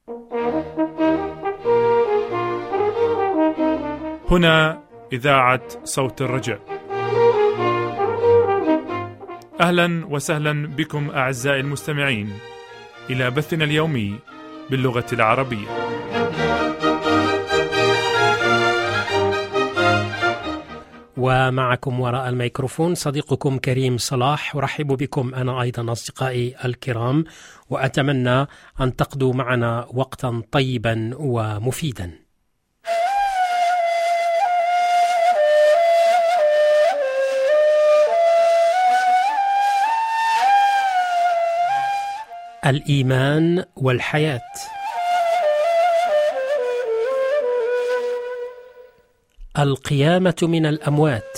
هنا إذاعة صوت الرجاء. أهلا وسهلا بكم أعزائي المستمعين إلى بثنا اليومي باللغة العربية. ومعكم وراء الميكروفون صديقكم كريم صلاح. أرحب بكم أنا أيضا أصدقائي الكرام، وأتمنى أن تقضوا معنا وقتا طيبا ومفيدا. الإيمان والحياة. القيامة من الأموات.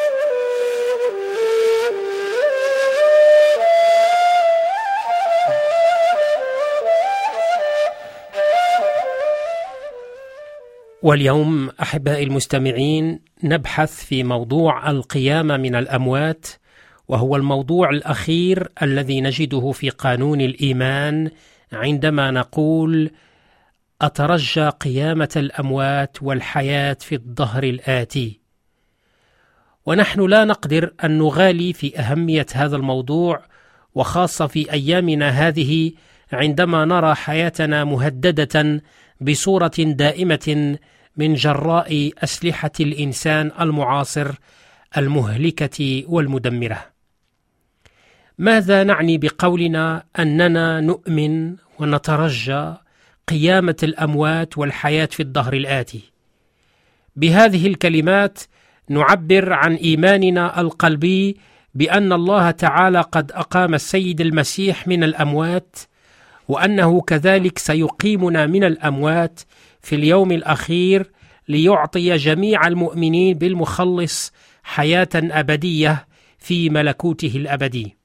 واليوم أحبائي المستمعين نبحث في موضوع القيامة من الأموات، وهو الموضوع الأخير الذي نجده في قانون الإيمان عندما نقول أترجى قيامة الأموات والحياة في الدهر الآتي. ونحن لا نقدر أن نغالي في أهمية هذا الموضوع، وخاصة في أيامنا هذه عندما نرى حياتنا مهددة بصورة دائمة من جراء أسلحة الإنسان المعاصر المهلكة والمدمرة. ماذا نعني بقولنا أننا نؤمن ونترجى قيامة الأموات والحياة في الدهر الآتي؟ بهذه الكلمات نعبر عن إيماننا القلبي بأن الله تعالى قد أقام السيد المسيح من الأموات، وأنه كذلك سيقيمنا من الأموات في اليوم الأخير ليعطي جميع المؤمنين بالمخلص حياة أبدية في ملكوته الأبدي.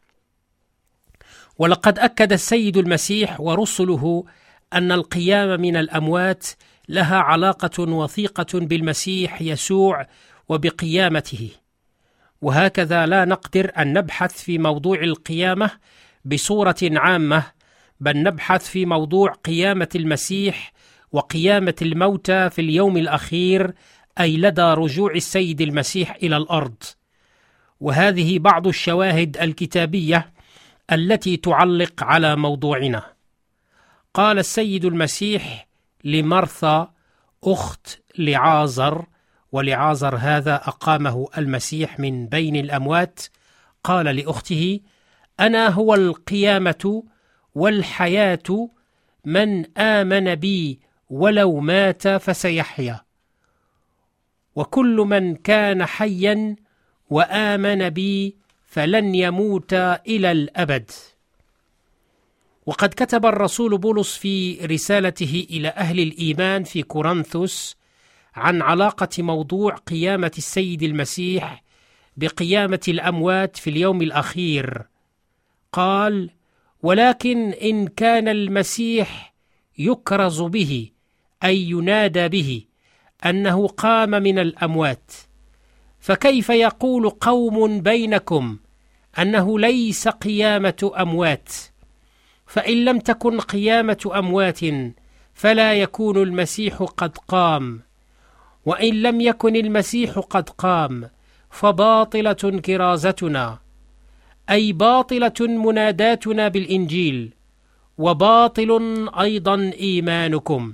ولقد أكد السيد المسيح ورسله أن القيامة من الأموات لها علاقة وثيقة بالمسيح يسوع وبقيامته. وهكذا لا نقدر أن نبحث في موضوع القيامة بصورة عامة، بل نبحث في موضوع قيامة المسيح وقيامة الموتى في اليوم الأخير، أي لدى رجوع السيد المسيح إلى الأرض. وهذه بعض الشواهد الكتابية التي تعلق على موضوعنا. قال السيد المسيح لمرثا أخت لعازر، ولعازر هذا أقامه المسيح من بين الأموات، قال لأخته: أنا هو القيامة والحياة، من آمن بي ولو مات فسيحيا، وكل من كان حيا وآمن بي فلن يموت إلى الأبد. وقد كتب الرسول بولس في رسالته إلى أهل الإيمان في كورنثوس عن علاقة موضوع قيامة السيد المسيح بقيامة الأموات في اليوم الأخير. قال: ولكن إن كان المسيح يكرز به، أي ينادى به، أنه قام من الأموات، فكيف يقول قوم بينكم أنه ليس قيامة أموات؟ فإن لم تكن قيامة أموات فلا يكون المسيح قد قام، وإن لم يكن المسيح قد قام فباطلة كرازتنا، أي باطلة مناداتنا بالإنجيل، وباطل أيضا إيمانكم.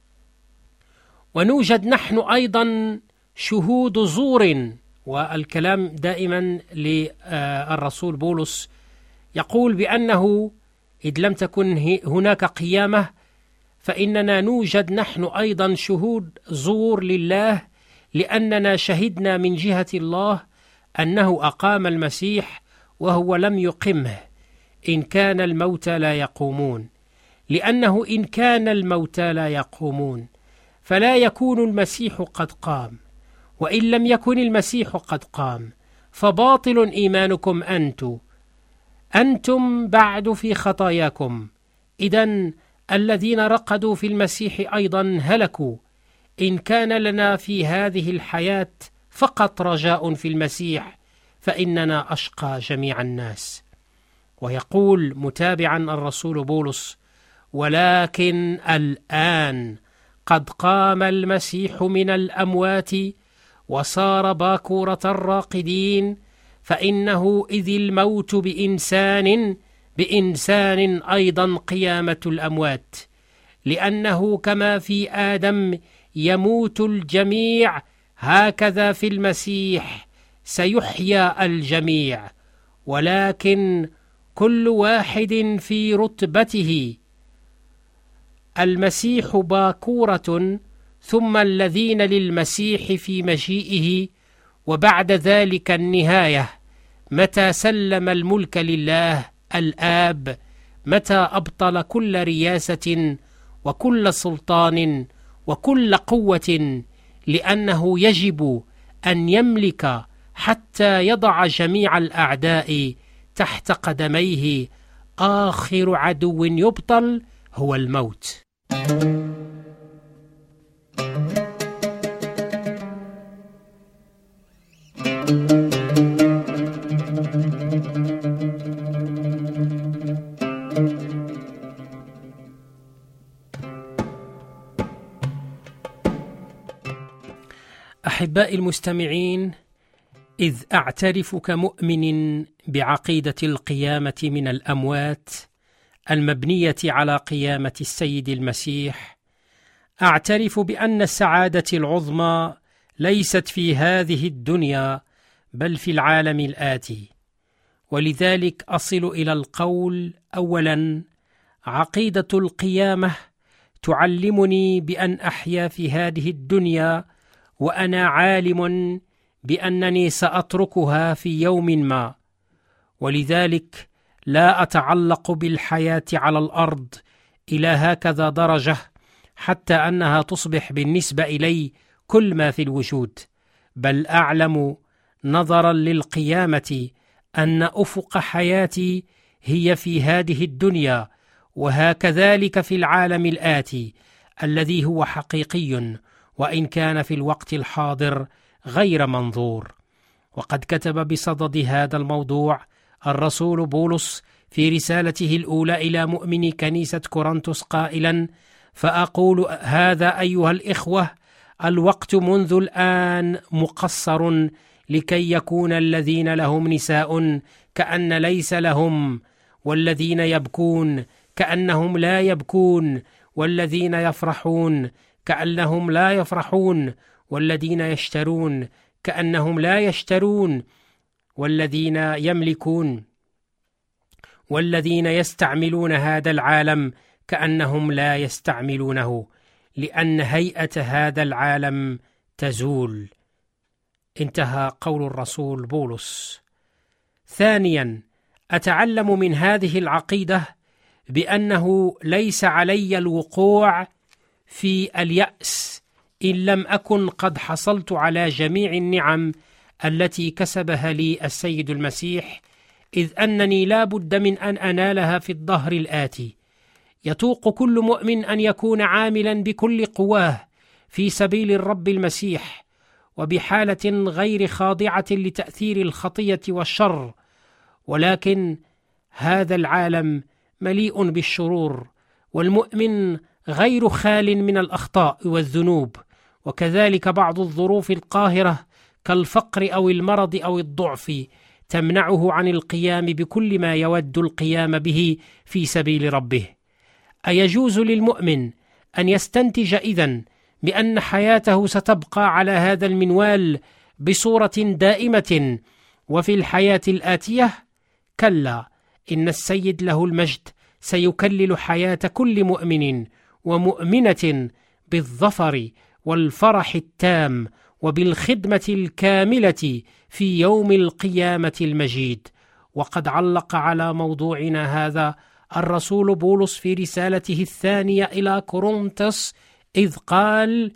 ونوجد نحن أيضا شهود زور، والكلام دائما للرسول بولس يقول بأنه إذ لم تكن هناك قيامة فإننا نوجد نحن أيضا شهود زور لله، لأننا شهدنا من جهة الله أنه أقام المسيح وهو لم يقمه، إن كان الموتى لا يقومون. لأنه إن كان الموتى لا يقومون فلا يكون المسيح قد قام، وإن لم يكن المسيح قد قام فباطل إيمانكم أنتم بعد في خطاياكم. إذن الذين رقدوا في المسيح أيضا هلكوا. إن كان لنا في هذه الحياة فقط رجاء في المسيح فإننا أشقى جميع الناس. ويقول متابعا الرسول بولس: ولكن الآن قد قام المسيح من الأموات وصار باكورة الراقدين، فإنه إذ الموت بإنسان أيضا قيامة الأموات، لأنه كما في آدم يموت الجميع هكذا في المسيح سيحيا الجميع، ولكن كل واحد في رتبته. المسيح باكورة، ثم الذين للمسيح في مجيئه، وبعد ذلك النهاية متى سلم الملك لله الآب، متى أبطل كل رياسة وكل سلطان وكل قوة، لأنه يجب أن يملك حتى يضع جميع الأعداء تحت قدميه. آخر عدو يبطل هو الموت. أحبائي المستمعين، إذ أعترف كمؤمن بعقيدة القيامة من الأموات المبنية على قيامة السيد المسيح، أعترف بأن السعادة العظمى ليست في هذه الدنيا بل في العالم الآتي، ولذلك أصل إلى القول: أولاً، عقيدة القيامة تعلمني بأن أحيا في هذه الدنيا وأنا عالم بأنني سأتركها في يوم ما، ولذلك لا أتعلق بالحياة على الأرض إلى هكذا درجة حتى أنها تصبح بالنسبة إلي كل ما في الوجود، بل أعلم نظرا للقيامة أن أفق حياتي هي في هذه الدنيا، وهكذلك في العالم الآتي الذي هو حقيقي وإن كان في الوقت الحاضر غير منظور. وقد كتب بصدد هذا الموضوع الرسول بولس في رسالته الأولى إلى مؤمني كنيسة كورنثوس قائلا: فأقول هذا أيها الإخوة، الوقت منذ الآن مقصر، لكي يكون الذين لهم نساء كأن ليس لهم، والذين يبكون كأنهم لا يبكون، والذين يفرحون كأنهم لا يفرحون، والذين يشترون كأنهم لا يشترون، والذين يملكون والذين يستعملون هذا العالم كأنهم لا يستعملونه، لأن هيئة هذا العالم تزول. انتهى قول الرسول بولس. ثانيا، أتعلم من هذه العقيدة بأنه ليس علي الوقوع في اليأس إن لم أكن قد حصلت على جميع النعم التي كسبها لي السيد المسيح، إذ أنني لا بد من أن أنالها في الدهر الآتي. يطوق كل مؤمن أن يكون عاملا بكل قواه في سبيل الرب المسيح، وبحالة غير خاضعة لتأثير الخطية والشر، ولكن هذا العالم مليء بالشرور، والمؤمن غير خال من الأخطاء والذنوب، وكذلك بعض الظروف القاهرة كالفقر أو المرض أو الضعف تمنعه عن القيام بكل ما يود القيام به في سبيل ربه. أيجوز للمؤمن أن يستنتج إذن بأن حياته ستبقى على هذا المنوال بصورة دائمة وفي الحياة الآتية؟ كلا، إن السيد له المجد سيكلل حياة كل مؤمن ومؤمنة بالظفر والفرح التام وبالخدمة الكاملة في يوم القيامة المجيد. وقد علق على موضوعنا هذا الرسول بولس في رسالته الثانية إلى كورنثوس إذ قال: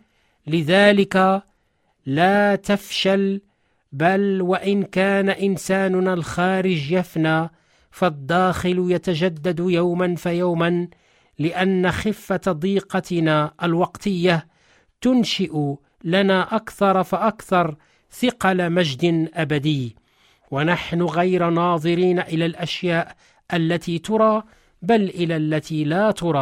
لذلك لا تفشل، بل وإن كان إنساننا الخارج يفنى فالداخل يتجدد يوما فيوما، لأن خفة ضيقتنا الوقتية تنشئ لنا أكثر فأكثر ثقل مجد أبدي، ونحن غير ناظرين إلى الأشياء التي ترى بل إلى التي لا ترى،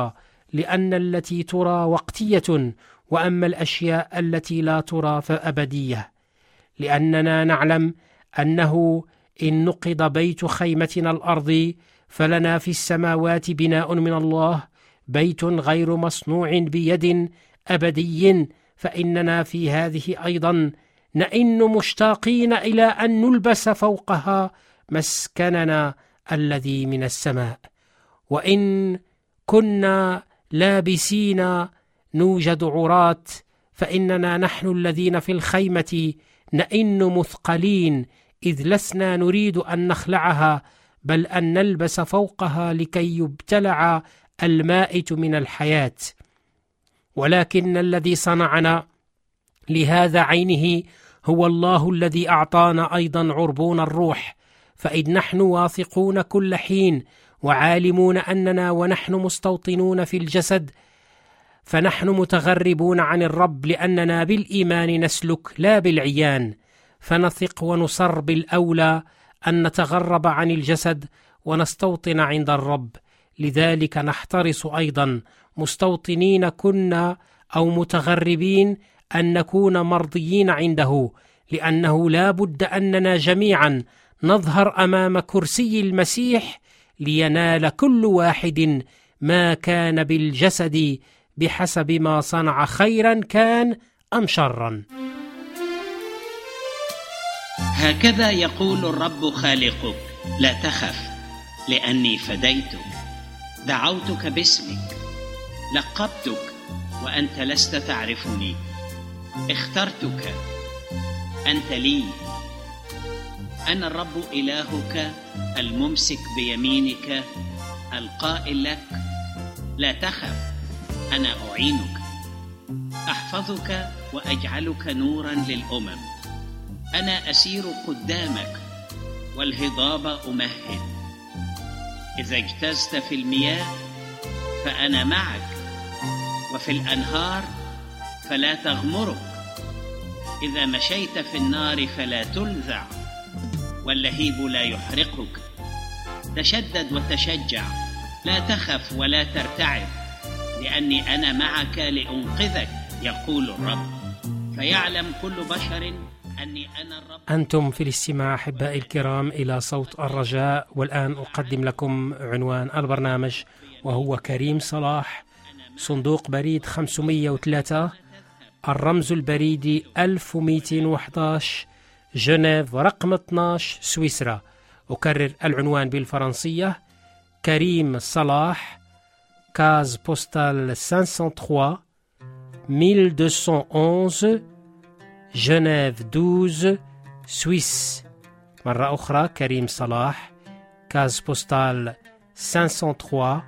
لأن التي ترى وقتية، وأما الأشياء التي لا ترى فأبدية. لأننا نعلم أنه إن نقض بيت خيمتنا الأرضي فلنا في السماوات بناء من الله، بيت غير مصنوع بيد أبدي، فإننا في هذه أيضا نئن مشتاقين إلى أن نلبس فوقها مسكننا الذي من السماء. وإن كنا لابسين نوجد عراة، فإننا نحن الذين في الخيمة نئن مثقلين، إذ لسنا نريد أن نخلعها، بل أن نلبس فوقها لكي يبتلع المائت من الحياة. ولكن الذي صنعنا لهذا عينه هو الله الذي أعطانا أيضا عربون الروح. فإذ نحن واثقون كل حين وعالمون أننا ونحن مستوطنون في الجسد فنحن متغربون عن الرب، لأننا بالإيمان نسلك لا بالعيان، فنثق ونصر بالأولى أن نتغرب عن الجسد ونستوطن عند الرب. لذلك نحترس أيضا مستوطنين كنا أو متغربين أن نكون مرضيين عنده، لأنه لا بد أننا جميعا نظهر أمام كرسي المسيح لينال كل واحد ما كان بالجسد بحسب ما صنع، خيرا كان أم شرا. هكذا يقول الرب خالقك: لا تخف، لأني فديتك، دعوتك باسمك، لقبتك وأنت لست تعرفني، اخترتك، أنت لي. أنا الرب إلهك الممسك بيمينك، القائل لك: لا تخف، أنا أعينك، أحفظك وأجعلك نورا للأمم. أنا أسير قدامك والهضاب أمهد. إذا اجتزت في المياه فأنا معك، وفي الأنهار فلا تغمرك. إذا مشيت في النار فلا تلذع، واللهيب لا يحرقك. تشدد وتشجع، لا تخف ولا ترتعب، لأني أنا معك لأنقذك، يقول الرب. فيعلم كل بشر أني أنا الرب. أنتم في الاستماع أحبائي الكرام إلى صوت الرجاء، والآن أقدم لكم عنوان البرنامج، وهو كريم صلاح، صندوق بريد 503، الرمز البريدي 1211، جنيف، رقم 12، سويسرا. أكرر العنوان بالفرنسية: كريم صلاح، كاز بوستال 503 1211، جنيف 12، سويس. مرة أخرى: كريم صلاح، كاز بوستال 503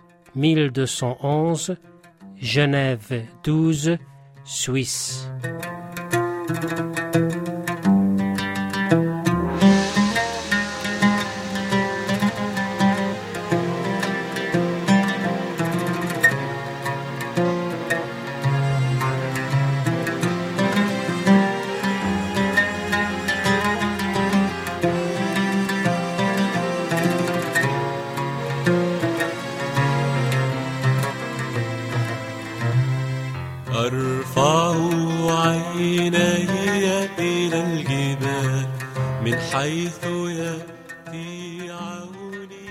1211، جنيف 12، سويس. أرفع عيني إلى الجبال من حيث يأتي عوني.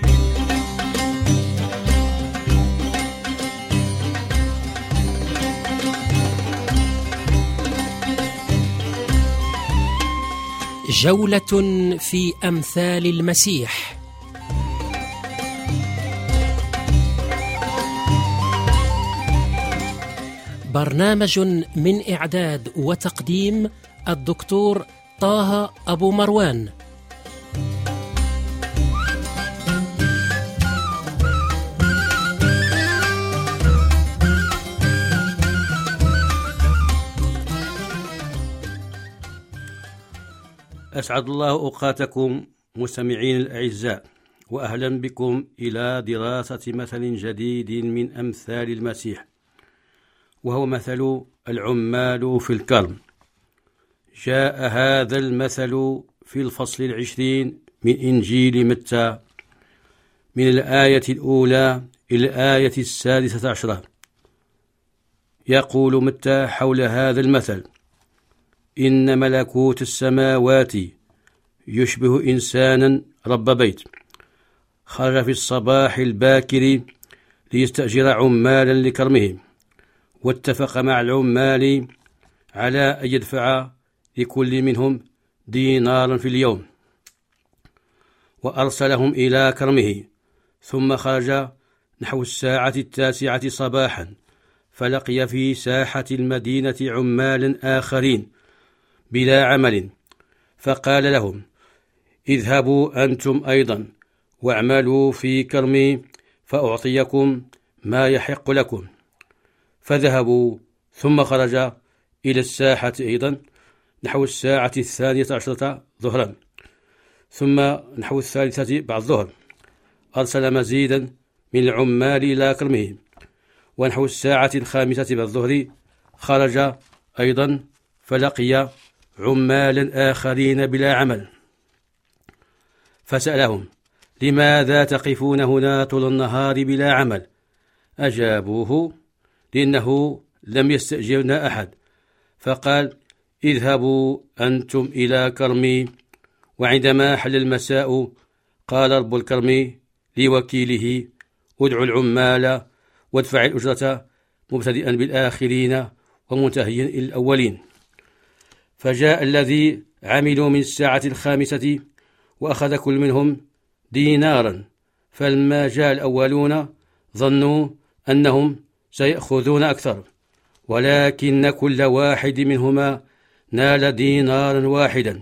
جولة في أمثال المسيح. برنامج من إعداد وتقديم الدكتور طه أبو مروان. أسعد الله أوقاتكم مستمعين الأعزاء، وأهلا بكم إلى دراسة مثل جديد من أمثال المسيح، وهو مثل العمال في الكرم. جاء هذا المثل في الفصل 20 من إنجيل متى، من الآية الأولى إلى الآية 16. يقول متى حول هذا المثل: إن ملكوت السماوات يشبه إنسانا رب بيت خرج في الصباح الباكر ليستأجر عمالا لكرمه، واتفق مع العمال على أن يدفع لكل منهم دينارا في اليوم، وأرسلهم إلى كرمه. ثم خرج نحو الساعة 9 صباحا، فلقي في ساحة المدينة عمالا آخرين بلا عمل، فقال لهم: اذهبوا أنتم أيضا واعملوا في كرمي فأعطيكم ما يحق لكم. فذهبوا، ثم خرج إلى الساحة أيضا نحو الساعة 12 ظهرا، ثم نحو 3 بعد الظهر أرسل مزيدا من العمال إلى كرمه، ونحو الساعة 5 بعد الظهر خرج أيضا فلقي عمالا آخرين بلا عمل، فسألهم: لماذا تقفون هنا طول النهار بلا عمل؟ أجابوه: لأنه لم يستأجرنا أحد. فقال: اذهبوا أنتم إلى كرمي. وعندما حل المساء قال رب الكرم لوكيله: ادعوا العمال وادفع الأجرة مبتدئا بالآخرين ومنتهيا إلى الأولين. فجاء الذي عملوا من الساعة 5 وأخذ كل منهم دينارا، فلما جاء الأولون ظنوا أنهم سيأخذون أكثر، ولكن كل واحد منهما نال دينارا واحدا.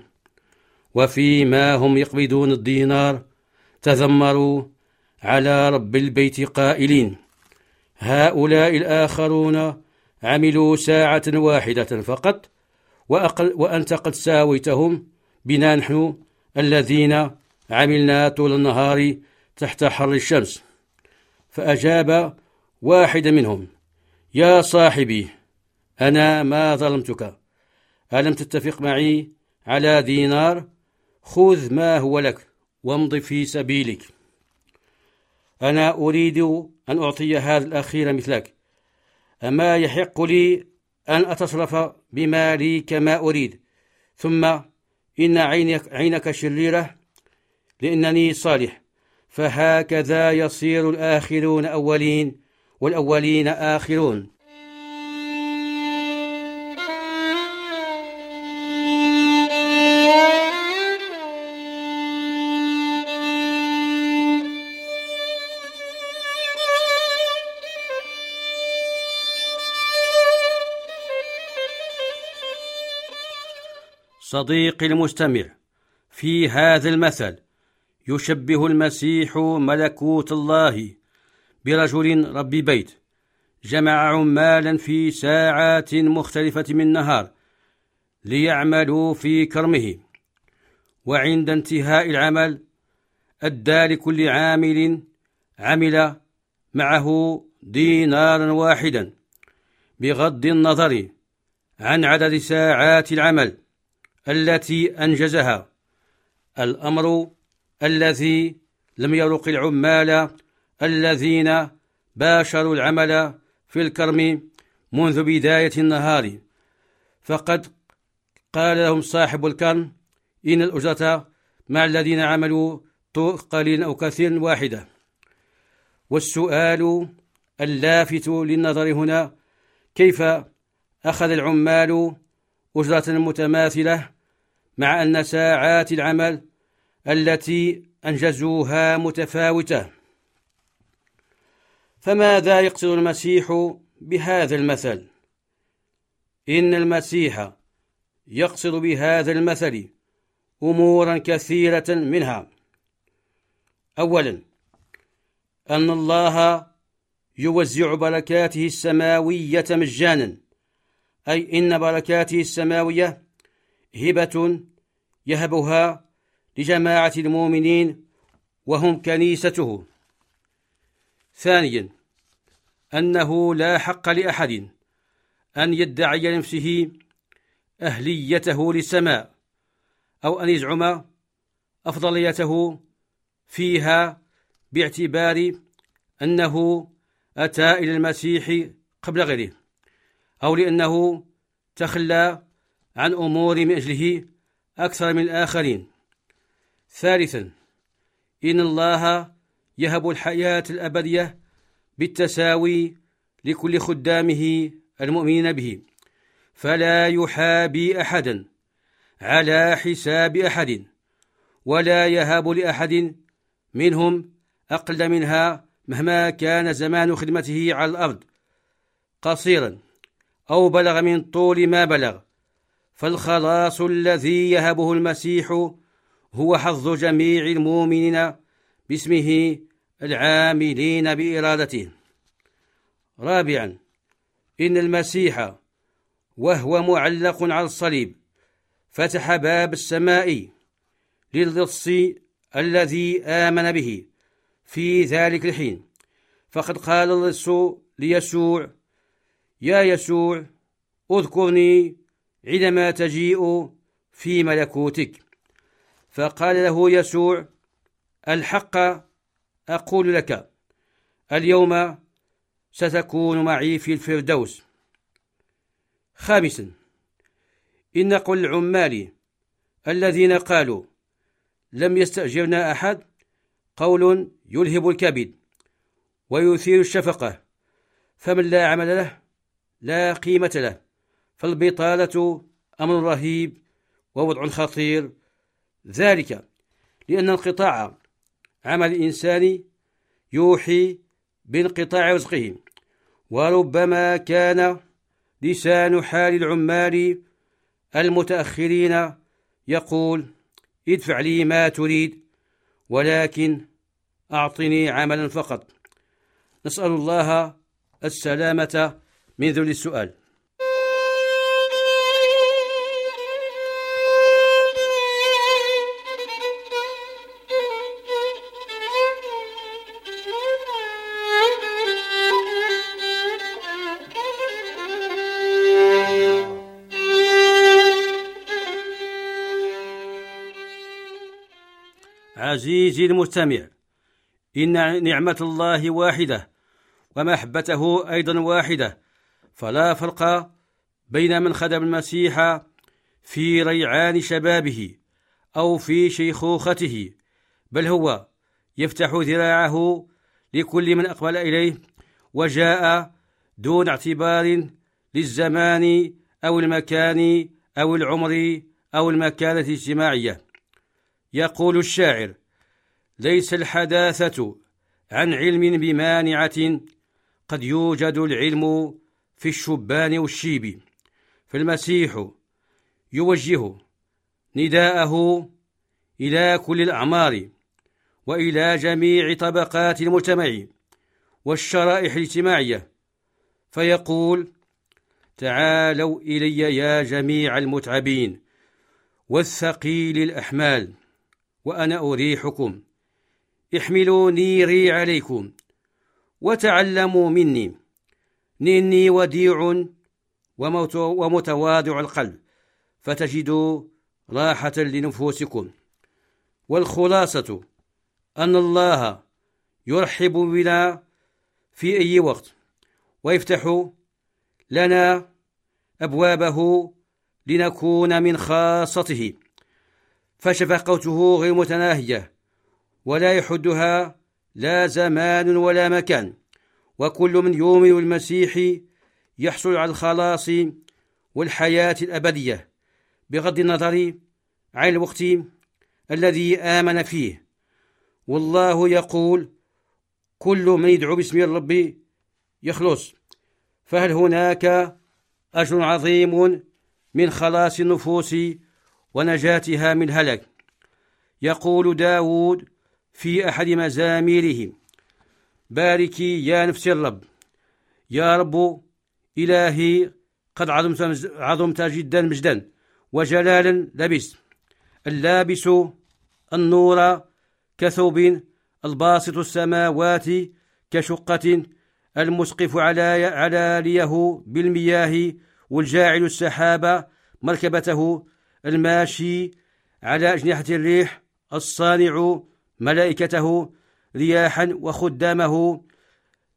وفيما هم يقبضون الدينار تذمروا على رب البيت قائلين: هؤلاء الآخرون عملوا ساعة واحدة فقط، وأنت قد ساويتهم بنا نحن الذين عملنا طول النهار تحت حر الشمس. فأجاب واحد منهم: يا صاحبي، أنا ما ظلمتك، ألم تتفق معي على دينار؟ خذ ما هو لك وامض في سبيلك. أنا أريد أن أعطي هذا الأخير مثلك، أما يحق لي أن أتصرف بمالي كما أريد؟ ثم إن عينك شريرة لأنني صالح، فهكذا يصير الآخرون أولين والأولين آخرون. صديقي المستمع، في هذا المثل يشبه المسيح ملكوت الله برجل رب بيت جمع عمالا في ساعات مختلفة من النهار ليعملوا في كرمه، وعند انتهاء العمل أدى لكل عامل عمل معه دينارا واحدا بغض النظر عن عدد ساعات العمل التي أنجزها. الأمر الذي لم يرق العمال الذين باشروا العمل في الكرم منذ بداية النهار، فقد قال لهم صاحب الكرم: إن الأجرة مع الذين عملوا قليل أو كثير واحدة. والسؤال اللافت للنظر هنا: كيف أخذ العمال أجرة متماثلة مع أن ساعات العمل التي أنجزوها متفاوتة؟ فماذا يقصد المسيح بهذا المثل؟ إن المسيح يقصد بهذا المثل أمورا كثيرة، منها: أولا، أن الله يوزع بركاته السماوية مجانا، أي إن بركاته السماوية هبة يهبها لجماعة المؤمنين وهم كنيسته. ثانيا، أنه لا حق لأحد أن يدعي لنفسه أهليته للسماء أو أن يزعم أفضليته فيها باعتبار أنه أتى إلى المسيح قبل غيره، أو لأنه تخلى عن أمور من أجله أكثر من الآخرين. ثالثا، إن الله يهب الحياة الأبدية بالتساوي لكل خدامه المؤمنين به، فلا يحابي أحدا على حساب أحد، ولا يهب لأحد منهم أقل منها مهما كان زمان خدمته على الأرض قصيرا أو بلغ من طول ما بلغ. فالخلاص الذي يهبه المسيح هو حظ جميع المؤمنين باسمه العاملين بإرادته. رابعا، إن المسيح وهو معلق على الصليب فتح باب السماء للص الذي آمن به في ذلك الحين، فقد قال اللص ليسوع: يا يسوع، اذكرني عندما تجيء في ملكوتك. فقال له يسوع: الحق أقول لك، اليوم ستكون معي في الفردوس. خامسا، إن قول العمال الذين قالوا لم يستأجرنا أحد قول يلهب الكبد ويثير الشفقة، فمن لا عمل له لا قيمة له. فالبطالة أمر رهيب ووضع خطير، ذلك لأن انقطاع عمل الإنسان يوحي بانقطاع رزقه، وربما كان لسان حال العمال المتأخرين يقول: ادفع لي ما تريد، ولكن أعطني عملا فقط. نسأل الله السلامة من ذل السؤال. عزيزي المستمع، إن نعمة الله واحدة ومحبته أيضا واحدة، فلا فرق بين من خدم المسيح في ريعان شبابه أو في شيخوخته، بل هو يفتح ذراعه لكل من أقبل إليه وجاء دون اعتبار للزمان أو المكان أو العمر أو المكانة الاجتماعية. يقول الشاعر: ليس الحداثة عن علم بمانعة، قد يوجد العلم في الشبان والشيب. فالمسيح يوجه نداءه إلى كل الأعمار وإلى جميع طبقات المجتمع والشرائح الاجتماعية، فيقول: تعالوا إلي يا جميع المتعبين والثقيل الأحمال، وأنا أريحكم. احملوا نيري عليكم وتعلموا مني، إني وديع ومتواضع القلب، فتجدوا راحة لنفوسكم. والخلاصة أن الله يرحب بنا في أي وقت، ويفتح لنا أبوابه لنكون من خاصته، فشفقته غير متناهية ولا يحدها لا زمان ولا مكان. وكل من يؤمن بالمسيح يحصل على الخلاص والحياة الأبدية بغض النظر عن الوقت الذي آمن فيه. والله يقول: كل من يدعو باسم الرب يخلص. فهل هناك أجر عظيم من خلاص النفوس ونجاتها من هلك؟ يقول داود في أحد مزاميره: باركي يا نفس الرب، يا رب إلهي قد عظمت جدا مجدا وجلالا لبست، اللابس النور كثوب، الباسط السماوات كشقة، المسقف علاليه بالمياه، والجاعل السحاب مركبته، الماشي على أجنحة الريح، الصانع ملائكته رياحا وخدامه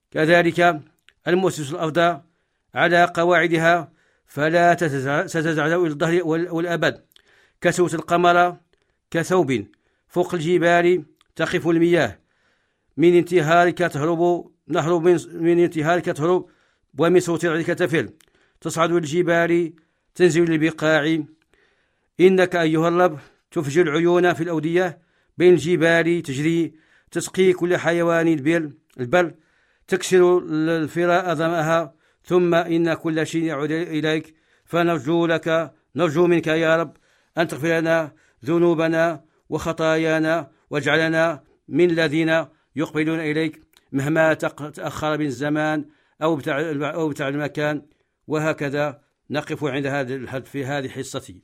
كذلك المؤسس الأفضل على قواعدها فلا تتزعزع إلى الظهر والأبد، كسوة القمر كثوب فوق الجبال تقف المياه، من انتهارك تهرب من انتهارك تهرب، ومن صوت رعدك تفر، تصعد الجبال تنزل للبقاع. إنك أيها الرب تفجر العيون في الأودية، بين الجبال تجري، تسقي كل حيوان البر، تكسر الفراء ظمأها، ثم إن كل شيء يعود إليك، نرجو منك يا رب أن تغفر لنا ذنوبنا وخطايانا، واجعلنا من الذين يقبلون إليك مهما تأخر من الزمان أو بتاع المكان. وهكذا نقف عند هذا في هذه حصتي.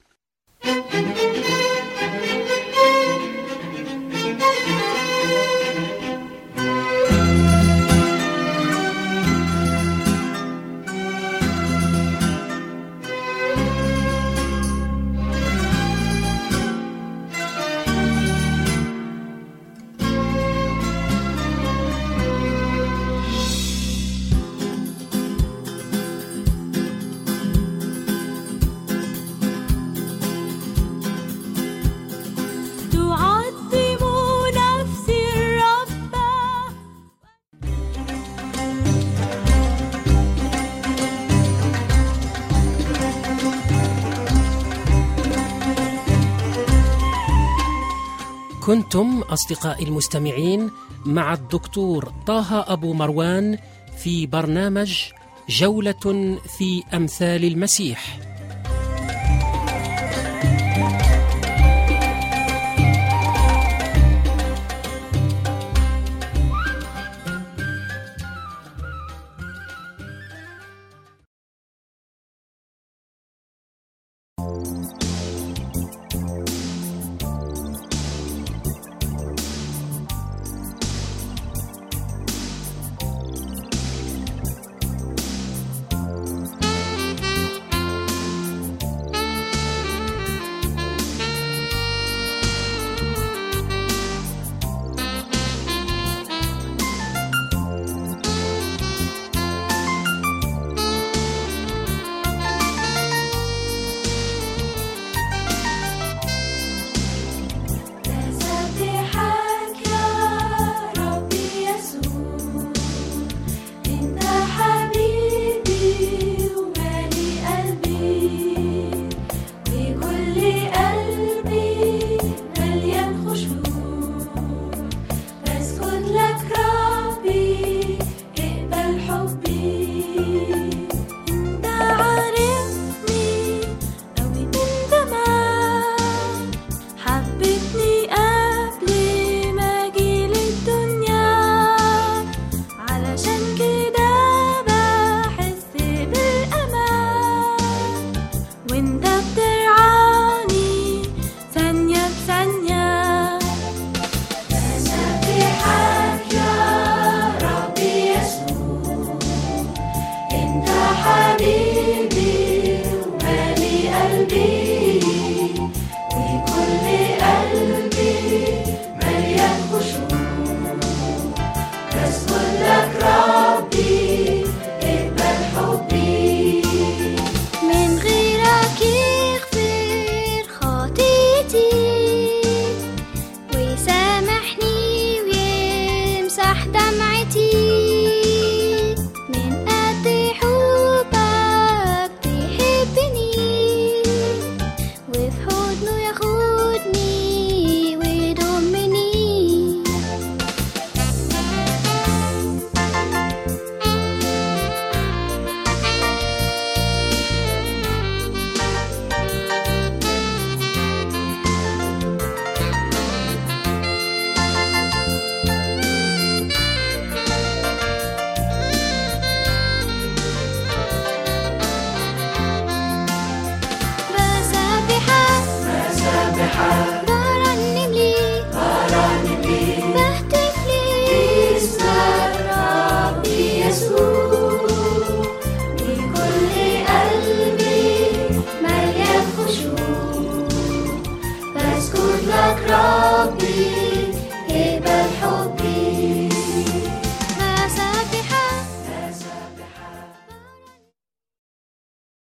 كنتم أصدقائي المستمعين مع الدكتور طه أبو مروان في برنامج جولة في أمثال المسيح.